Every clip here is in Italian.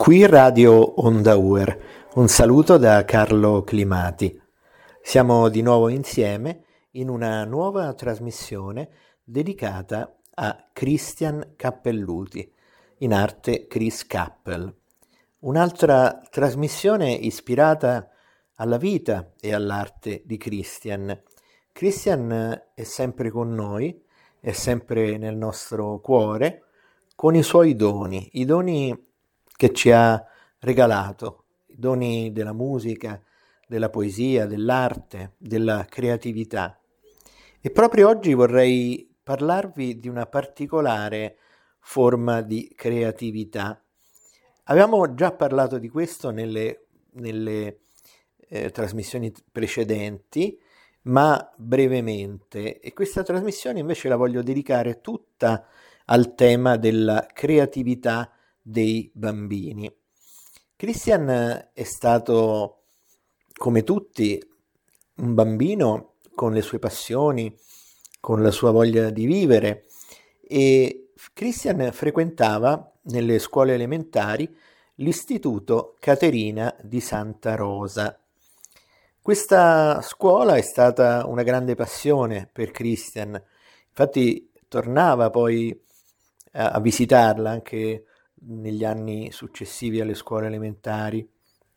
Qui Radio Onda Uer, un saluto da Carlo Climati. Siamo di nuovo insieme in una nuova trasmissione dedicata a Christian Cappelluti, in arte Chris Cappell. Un'altra trasmissione ispirata alla vita e all'arte di Christian. Christian è sempre con noi, è sempre nel nostro cuore, con i suoi doni, i doni che ci ha regalato, i doni della musica, della poesia, dell'arte, della creatività. E proprio oggi vorrei parlarvi di una particolare forma di creatività. Avevamo già parlato di questo nelle trasmissioni precedenti, ma brevemente, e questa trasmissione invece la voglio dedicare tutta al tema della creatività dei bambini. Christian è stato, come tutti, un bambino con le sue passioni, con la sua voglia di vivere, e Christian frequentava nelle scuole elementari l'istituto Caterina di Santa Rosa. Questa scuola è stata una grande passione per Christian, infatti tornava poi a visitarla anche negli anni successivi alle scuole elementari.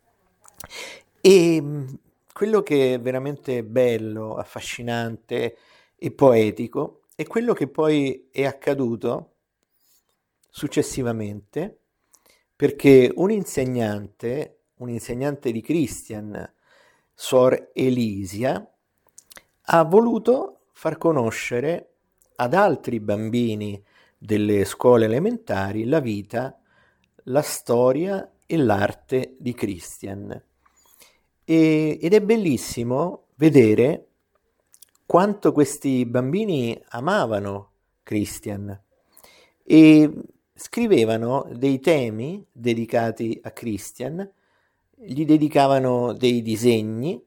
E quello che è veramente bello, affascinante e poetico è quello che poi è accaduto successivamente, perché un insegnante di Christian, Sor Elisia, ha voluto far conoscere ad altri bambini delle scuole elementari la vita, la storia e l'arte di Christian. Ed è bellissimo vedere quanto questi bambini amavano Christian e scrivevano dei temi dedicati a Christian, gli dedicavano dei disegni,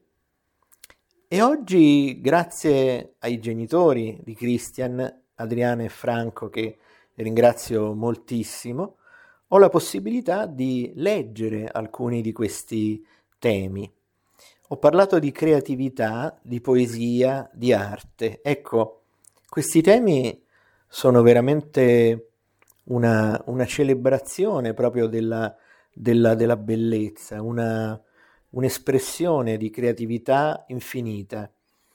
e oggi, grazie ai genitori di Christian, Adriana e Franco, che ringrazio moltissimo, ho la possibilità di leggere alcuni di questi temi. Ho parlato di creatività, di poesia, di arte. Ecco, questi temi sono veramente una celebrazione proprio della bellezza, un'espressione di creatività infinita.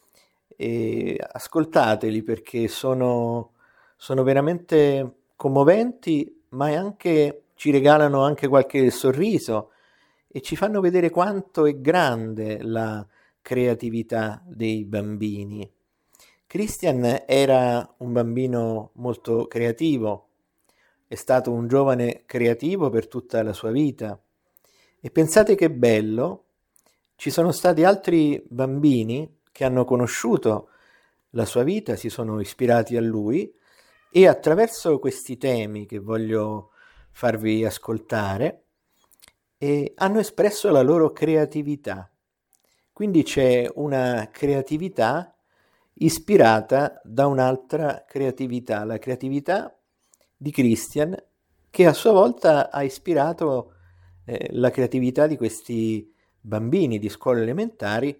E ascoltateli perché sono veramente commoventi, ma ci regalano anche qualche sorriso e ci fanno vedere quanto è grande la creatività dei bambini. Christian era un bambino molto creativo, è stato un giovane creativo per tutta la sua vita. E pensate che bello, ci sono stati altri bambini che hanno conosciuto la sua vita, si sono ispirati a lui e attraverso questi temi che voglio farvi ascoltare hanno espresso la loro creatività. Quindi c'è una creatività ispirata da un'altra creatività, la creatività di Christian, che a sua volta ha ispirato la creatività di questi bambini di scuola elementare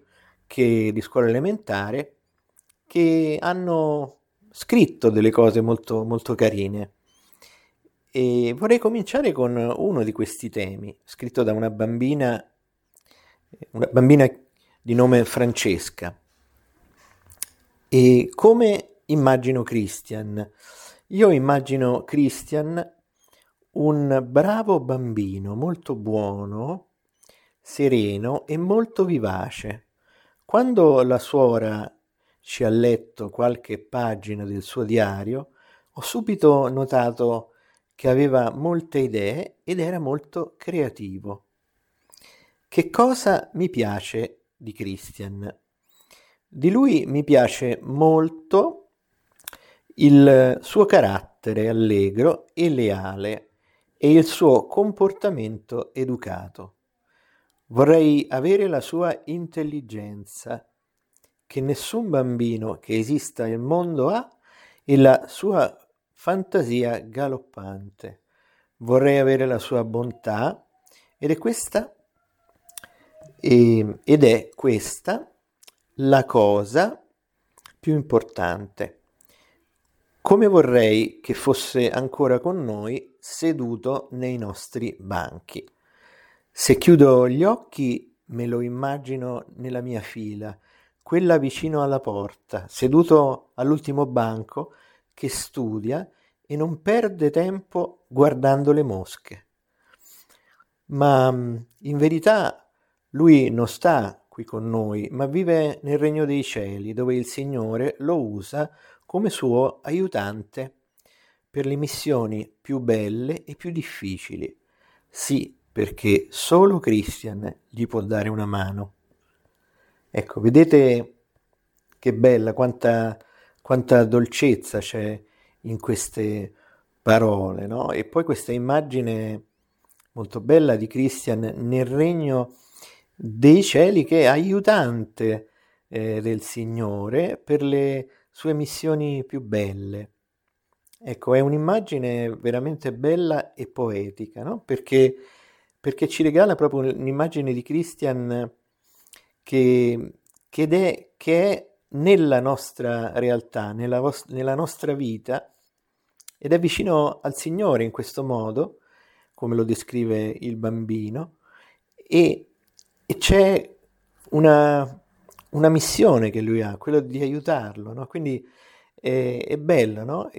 che hanno scritto delle cose molto, molto carine. E vorrei cominciare con uno di questi temi, scritto da una bambina di nome Francesca. E come immagino Christian? Io immagino Christian un bravo bambino, molto buono, sereno e molto vivace. Quando la suora ci ha letto qualche pagina del suo diario, ho subito notato che aveva molte idee ed era molto creativo. Che cosa mi piace di Christian? Di lui mi piace molto il suo carattere allegro e leale e il suo comportamento educato. Vorrei avere la sua intelligenza, che nessun bambino che esista al mondo ha, e la sua fantasia galoppante. Vorrei avere la sua bontà Ed è questa, ed è questa la cosa più importante. Come vorrei che fosse ancora con noi, seduto nei nostri banchi. Se chiudo gli occhi, me lo immagino nella mia fila, quella vicino alla porta, seduto all'ultimo banco, che studia e non perde tempo guardando le mosche. Ma in verità lui non sta qui con noi, ma vive nel regno dei cieli, dove il Signore lo usa come suo aiutante per le missioni più belle e più difficili. Sì, perché solo Christian gli può dare una mano. Ecco, vedete che bella, quanta dolcezza c'è in queste parole, no? E poi questa immagine molto bella di Christian nel regno dei cieli, che è aiutante del Signore per le sue missioni più belle. Ecco, è un'immagine veramente bella e poetica, no? Perché ci regala proprio un'immagine di Christian che è nella nostra realtà, nella nostra vita, ed è vicino al Signore in questo modo, come lo descrive il bambino, e c'è una missione che lui ha, quella di aiutarlo, no? Quindi è bello, no?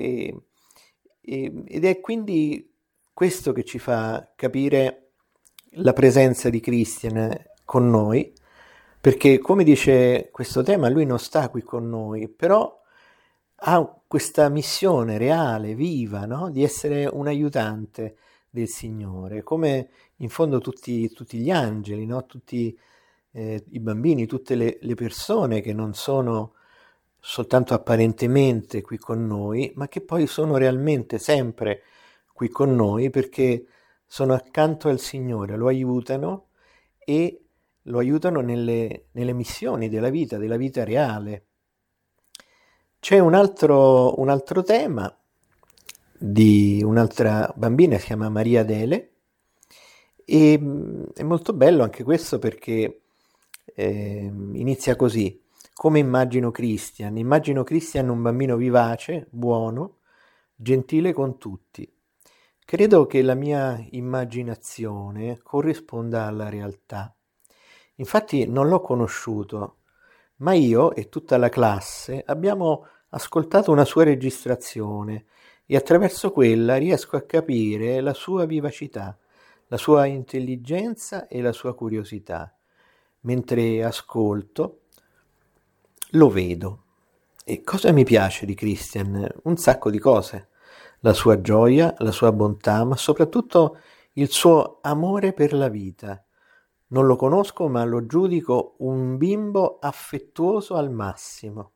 Ed è quindi questo che ci fa capire la presenza di Christian con noi, perché come dice questo tema, lui non sta qui con noi, però ha questa missione reale, viva, no? Di essere un aiutante del Signore, come in fondo tutti gli angeli, no? Tutti i bambini, tutte le persone che non sono soltanto apparentemente qui con noi, ma che poi sono realmente sempre qui con noi, perché sono accanto al Signore, lo aiutano e lo aiutano nelle missioni della vita reale. C'è un altro tema di un'altra bambina, si chiama Maria Adele, e è molto bello anche questo perché inizia così: come immagino Christian un bambino vivace, buono, gentile con tutti. Credo che la mia immaginazione corrisponda alla realtà. Infatti non l'ho conosciuto, ma io e tutta la classe abbiamo ascoltato una sua registrazione e attraverso quella riesco a capire la sua vivacità, la sua intelligenza e la sua curiosità. Mentre ascolto, lo vedo. E cosa mi piace di Christian? Un sacco di cose. La sua gioia, la sua bontà, ma soprattutto il suo amore per la vita. Non lo conosco, ma lo giudico un bimbo affettuoso al massimo.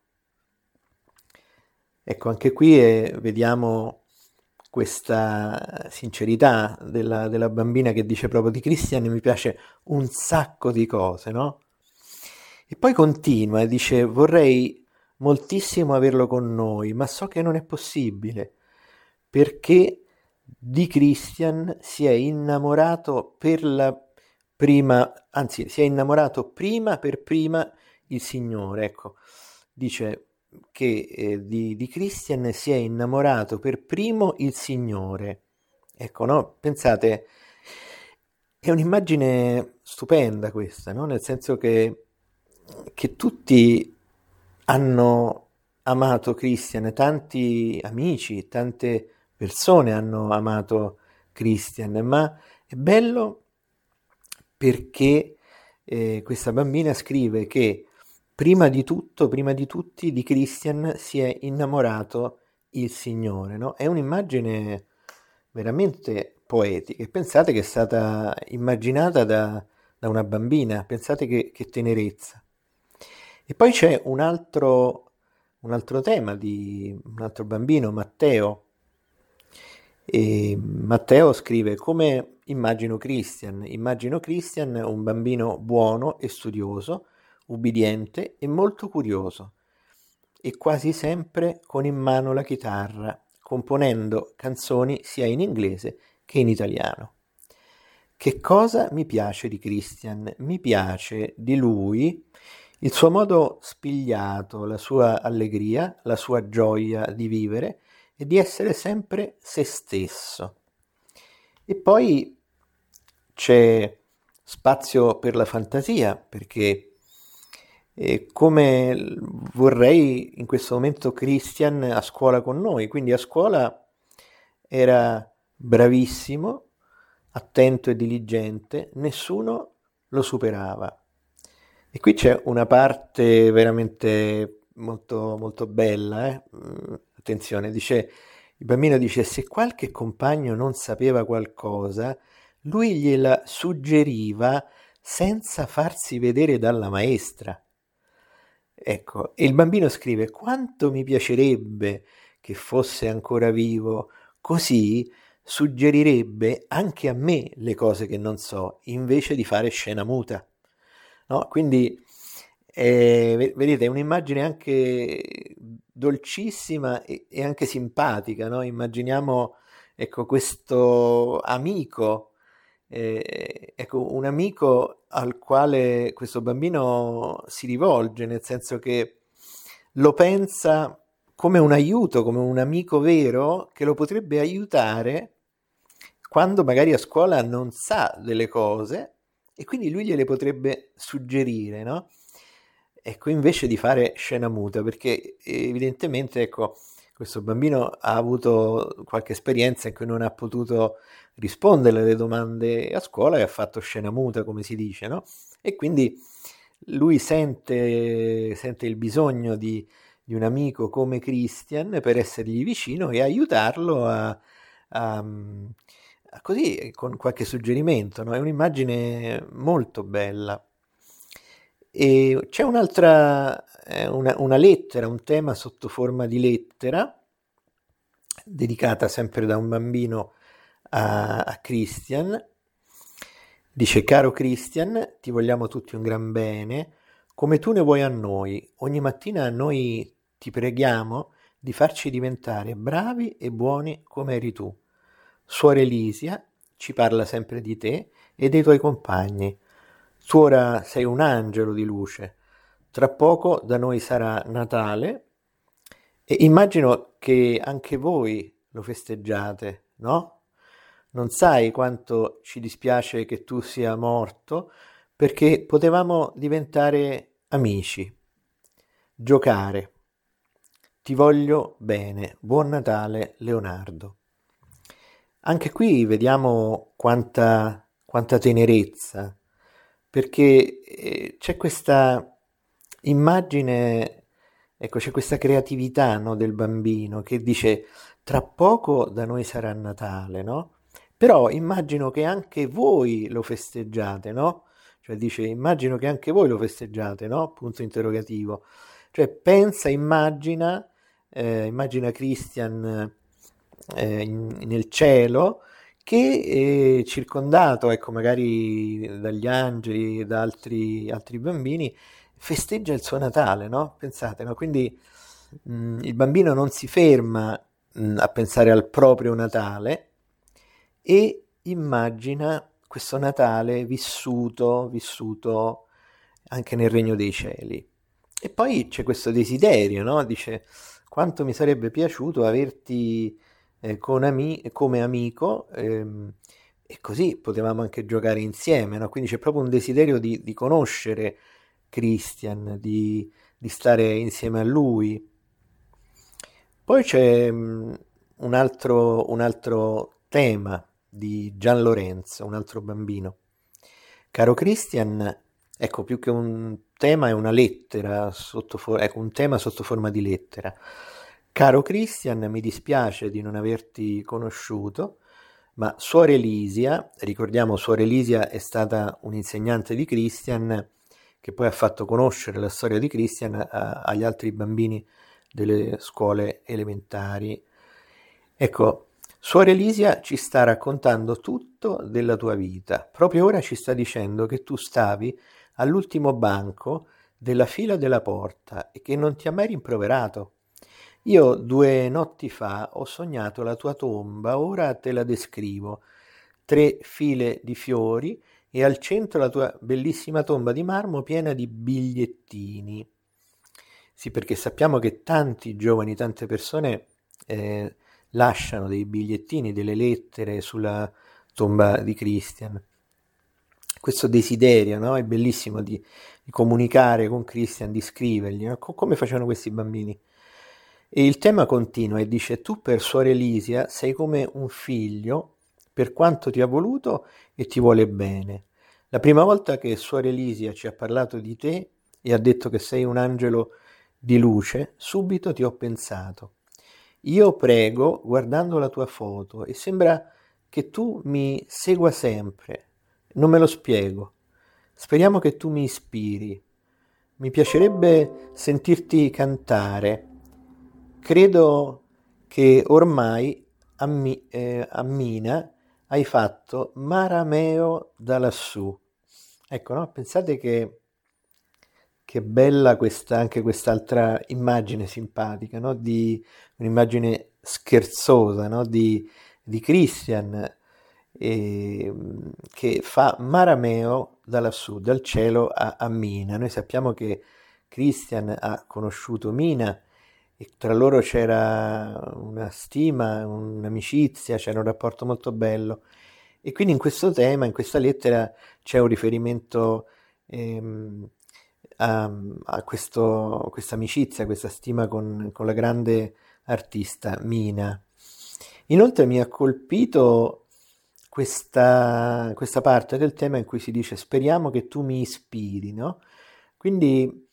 Ecco, anche qui vediamo questa sincerità della bambina che dice proprio: di Christian mi piace un sacco di cose, no? E poi continua e dice: vorrei moltissimo averlo con noi, ma so che non è possibile, perché di Christian si è innamorato si è innamorato prima per prima il Signore. Ecco, dice che di Christian si è innamorato per primo il Signore. Ecco, no? Pensate, è un'immagine stupenda questa, no? Nel senso che tutti hanno amato Christian, tanti amici, tante persone hanno amato Christian, ma è bello perché questa bambina scrive che prima di tutti, di Christian si è innamorato il Signore, no? È un'immagine veramente poetica, e pensate che è stata immaginata da una bambina, pensate che tenerezza. E poi c'è un altro tema di un altro bambino, Matteo. E Matteo scrive: come immagino Christian un bambino buono e studioso, ubbidiente e molto curioso, e quasi sempre con in mano la chitarra, componendo canzoni sia in inglese che in italiano. Che cosa mi piace di Christian? Mi piace di lui il suo modo spigliato, la sua allegria, la sua gioia di vivere e di essere sempre se stesso. E poi c'è spazio per la fantasia, perché come vorrei in questo momento Christian a scuola con noi, quindi a scuola era bravissimo, attento e diligente, nessuno lo superava. E qui c'è una parte veramente molto, molto bella, attenzione, il bambino dice, se qualche compagno non sapeva qualcosa, lui gliela suggeriva senza farsi vedere dalla maestra. Ecco, e il bambino scrive, quanto mi piacerebbe che fosse ancora vivo, così suggerirebbe anche a me le cose che non so, invece di fare scena muta. No? Quindi, vedete, è un'immagine anche dolcissima e anche simpatica, no? Immaginiamo, ecco, questo amico, ecco, un amico al quale questo bambino si rivolge, nel senso che lo pensa come un aiuto, come un amico vero che lo potrebbe aiutare quando magari a scuola non sa delle cose e quindi lui gliele potrebbe suggerire, no? Ecco, invece di fare scena muta, perché evidentemente, ecco, questo bambino ha avuto qualche esperienza in cui non ha potuto rispondere alle domande a scuola e ha fatto scena muta, come si dice, no? E quindi lui sente il bisogno di un amico come Christian per essergli vicino e aiutarlo a così con qualche suggerimento, no? È un'immagine molto bella. E c'è un'altra, una lettera, un tema sotto forma di lettera, dedicata sempre da un bambino a Christian. Dice, caro Christian, ti vogliamo tutti un gran bene, come tu ne vuoi a noi. Ogni mattina noi ti preghiamo di farci diventare bravi e buoni come eri tu. Suor Elisia ci parla sempre di te e dei tuoi compagni. Tu ora sei un angelo di luce. Tra poco da noi sarà Natale e immagino che anche voi lo festeggiate, no? Non sai quanto ci dispiace che tu sia morto, perché potevamo diventare amici, giocare. Ti voglio bene. Buon Natale, Leonardo. Anche qui vediamo quanta tenerezza, perché c'è questa immagine, ecco, c'è questa creatività, no, del bambino che dice tra poco da noi sarà Natale, no? Però immagino che anche voi lo festeggiate, no? Cioè dice immagino che anche voi lo festeggiate, no? Punto interrogativo. Cioè pensa, immagina Christian nel cielo che circondato, ecco, magari dagli angeli e da altri bambini, festeggia il suo Natale, no? Pensate, no? Quindi il bambino non si ferma a pensare al proprio Natale e immagina questo Natale vissuto anche nel regno dei cieli. E poi c'è questo desiderio, no? Dice, quanto mi sarebbe piaciuto averti come amico, e così potevamo anche giocare insieme, no? Quindi c'è proprio un desiderio di conoscere Christian, di stare insieme a lui. Poi c'è un altro tema di Gian Lorenzo, un altro bambino. Caro Christian, ecco, più che un tema è una lettera, ecco, un tema sotto forma di lettera. Caro Christian, mi dispiace di non averti conosciuto, ma Suor Elisia, ricordiamo Suor Elisia è stata un'insegnante di Christian che poi ha fatto conoscere la storia di Christian agli altri bambini delle scuole elementari. Ecco, Suor Elisia ci sta raccontando tutto della tua vita. Proprio ora ci sta dicendo che tu stavi all'ultimo banco della fila della porta e che non ti ha mai rimproverato. Io 2 notti fa ho sognato la tua tomba, ora te la descrivo. 3 file di fiori e al centro la tua bellissima tomba di marmo piena di bigliettini. Sì, perché sappiamo che tanti giovani, tante persone lasciano dei bigliettini, delle lettere sulla tomba di Christian. Questo desiderio, no? È bellissimo di comunicare con Christian, di scrivergli, no? Come facevano questi bambini. E il tema continua e dice: tu per Suor Elisia sei come un figlio per quanto ti ha voluto e ti vuole bene. La prima volta che Suor Elisia ci ha parlato di te e ha detto che sei un angelo di luce, subito ti ho pensato. Io prego guardando la tua foto e sembra che tu mi segua sempre. Non me lo spiego. Speriamo che tu mi ispiri. Mi piacerebbe sentirti cantare. Credo che ormai a Mina hai fatto Marameo da lassù. Ecco, no? Pensate che bella anche quest'altra immagine simpatica, no? Di un'immagine scherzosa, no? Di Christian che fa Marameo da lassù, dal cielo a Mina. Noi sappiamo che Christian ha conosciuto Mina e tra loro c'era una stima, un'amicizia, c'era un rapporto molto bello. E quindi in questo tema, in questa lettera, c'è un riferimento a questa amicizia, questa stima con la grande artista Mina. Inoltre mi ha colpito questa parte del tema in cui si dice speriamo che tu mi ispiri, no? Quindi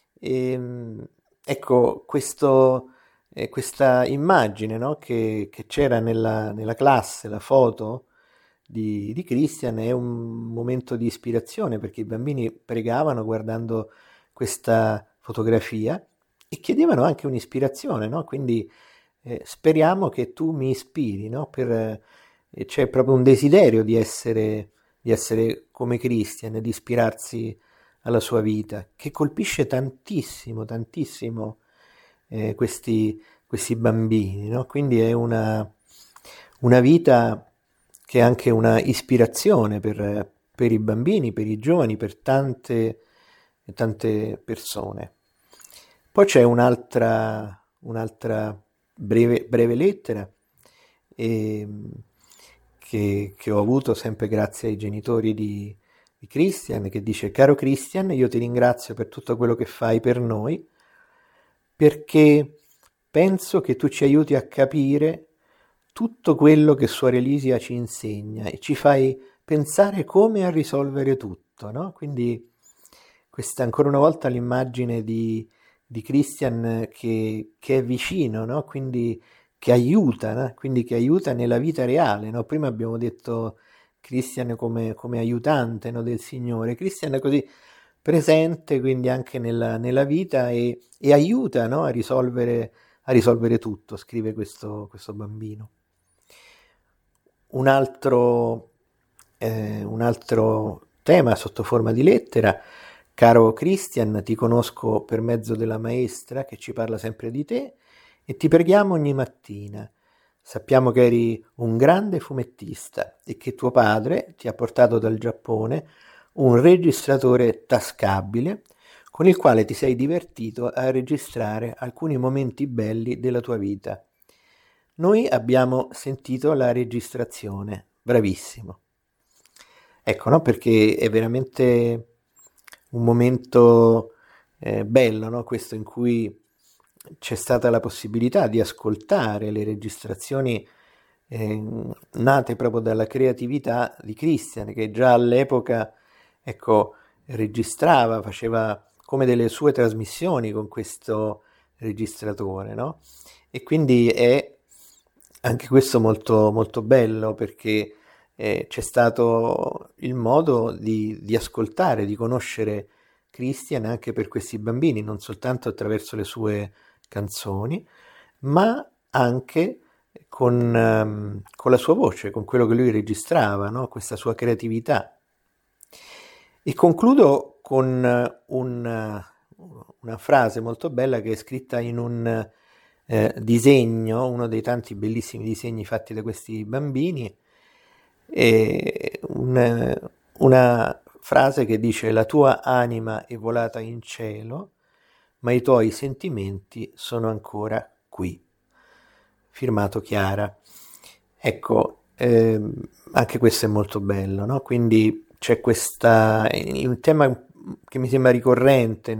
ecco questa immagine, no? che c'era nella classe, la foto di Christian è un momento di ispirazione perché i bambini pregavano guardando questa fotografia e chiedevano anche un'ispirazione, no? Quindi speriamo che tu mi ispiri, no? C'è proprio un desiderio di essere come Christian, di ispirarsi alla sua vita, che colpisce tantissimo, tantissimo questi bambini, no? Quindi è una vita che è anche una ispirazione per i bambini, per i giovani, per tante persone. Poi c'è un'altra breve lettera che ho avuto sempre grazie ai genitori di Christian, che dice: caro Christian, io ti ringrazio per tutto quello che fai per noi, perché penso che tu ci aiuti a capire tutto quello che Suor Elisia ci insegna e ci fai pensare come a risolvere tutto, no? Quindi questa ancora una volta l'immagine di Christian che è vicino, no? Quindi che aiuta, no? Quindi che aiuta nella vita reale, no? Prima abbiamo detto Christian come aiutante, no? Del Signore. Christian è così presente quindi anche nella vita e aiuta, no? a risolvere tutto, scrive questo bambino. Un altro tema sotto forma di lettera: caro Christian, ti conosco per mezzo della maestra che ci parla sempre di te e ti preghiamo ogni mattina. Sappiamo che eri un grande fumettista e che tuo padre ti ha portato dal Giappone un registratore tascabile con il quale ti sei divertito a registrare alcuni momenti belli della tua vita. Noi abbiamo sentito la registrazione, bravissimo. Ecco, no? Perché è veramente un momento bello, no? Questo in cui c'è stata la possibilità di ascoltare le registrazioni nate proprio dalla creatività di Christian, che già all'epoca, ecco, registrava, faceva come delle sue trasmissioni con questo registratore, no? E quindi è anche questo molto, molto bello perché c'è stato il modo di ascoltare, di conoscere Christian anche per questi bambini, non soltanto attraverso le sue canzoni, ma anche con la sua voce, con quello che lui registrava, no? Questa sua creatività. E concludo con una frase molto bella che è scritta in un disegno, uno dei tanti bellissimi disegni fatti da questi bambini, E una frase che dice: la tua anima è volata in cielo, ma i tuoi sentimenti sono ancora qui. Firmato Chiara. Ecco, anche questo è molto bello, no? Quindi c'è un tema che mi sembra ricorrente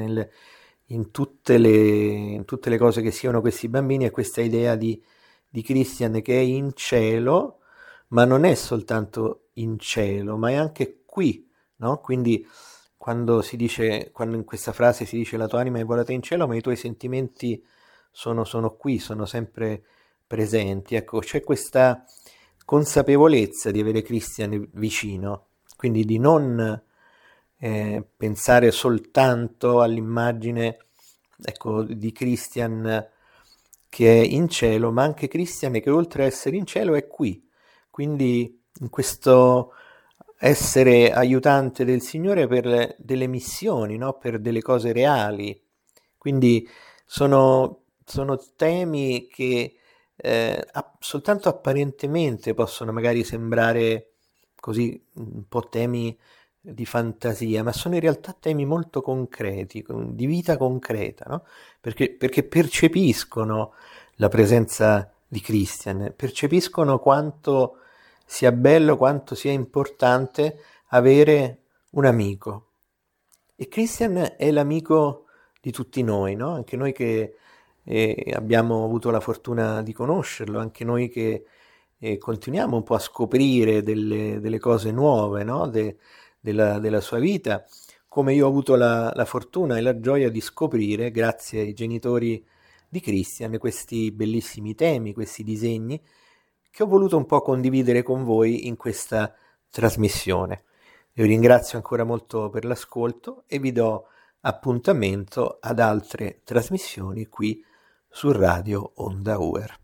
in tutte le cose che siano questi bambini, è questa idea di Christian che è in cielo, ma non è soltanto in cielo, ma è anche qui, no? Quindi quando in questa frase si dice la tua anima è volata in cielo, ma i tuoi sentimenti sono qui, sono sempre presenti. Ecco, c'è questa consapevolezza di avere Christian vicino, quindi di non pensare soltanto all'immagine, ecco, di Christian che è in cielo, ma anche Christian che oltre a essere in cielo è qui. Quindi in questo essere aiutante del Signore per delle missioni, no? Per delle cose reali. Quindi sono temi che soltanto apparentemente possono magari sembrare così un po' temi di fantasia, ma sono in realtà temi molto concreti, di vita concreta, no? Perché percepiscono la presenza di Christian, percepiscono quanto sia bello, quanto sia importante avere un amico. E Christian è l'amico di tutti noi, no? Anche noi che abbiamo avuto la fortuna di conoscerlo, anche noi che continuiamo un po' a scoprire delle cose nuove, no? Della sua vita, come io ho avuto la fortuna e la gioia di scoprire, grazie ai genitori di Christian, questi bellissimi temi, questi disegni, che ho voluto un po' condividere con voi in questa trasmissione. Vi ringrazio ancora molto per l'ascolto e vi do appuntamento ad altre trasmissioni qui su Radio Onda Uer.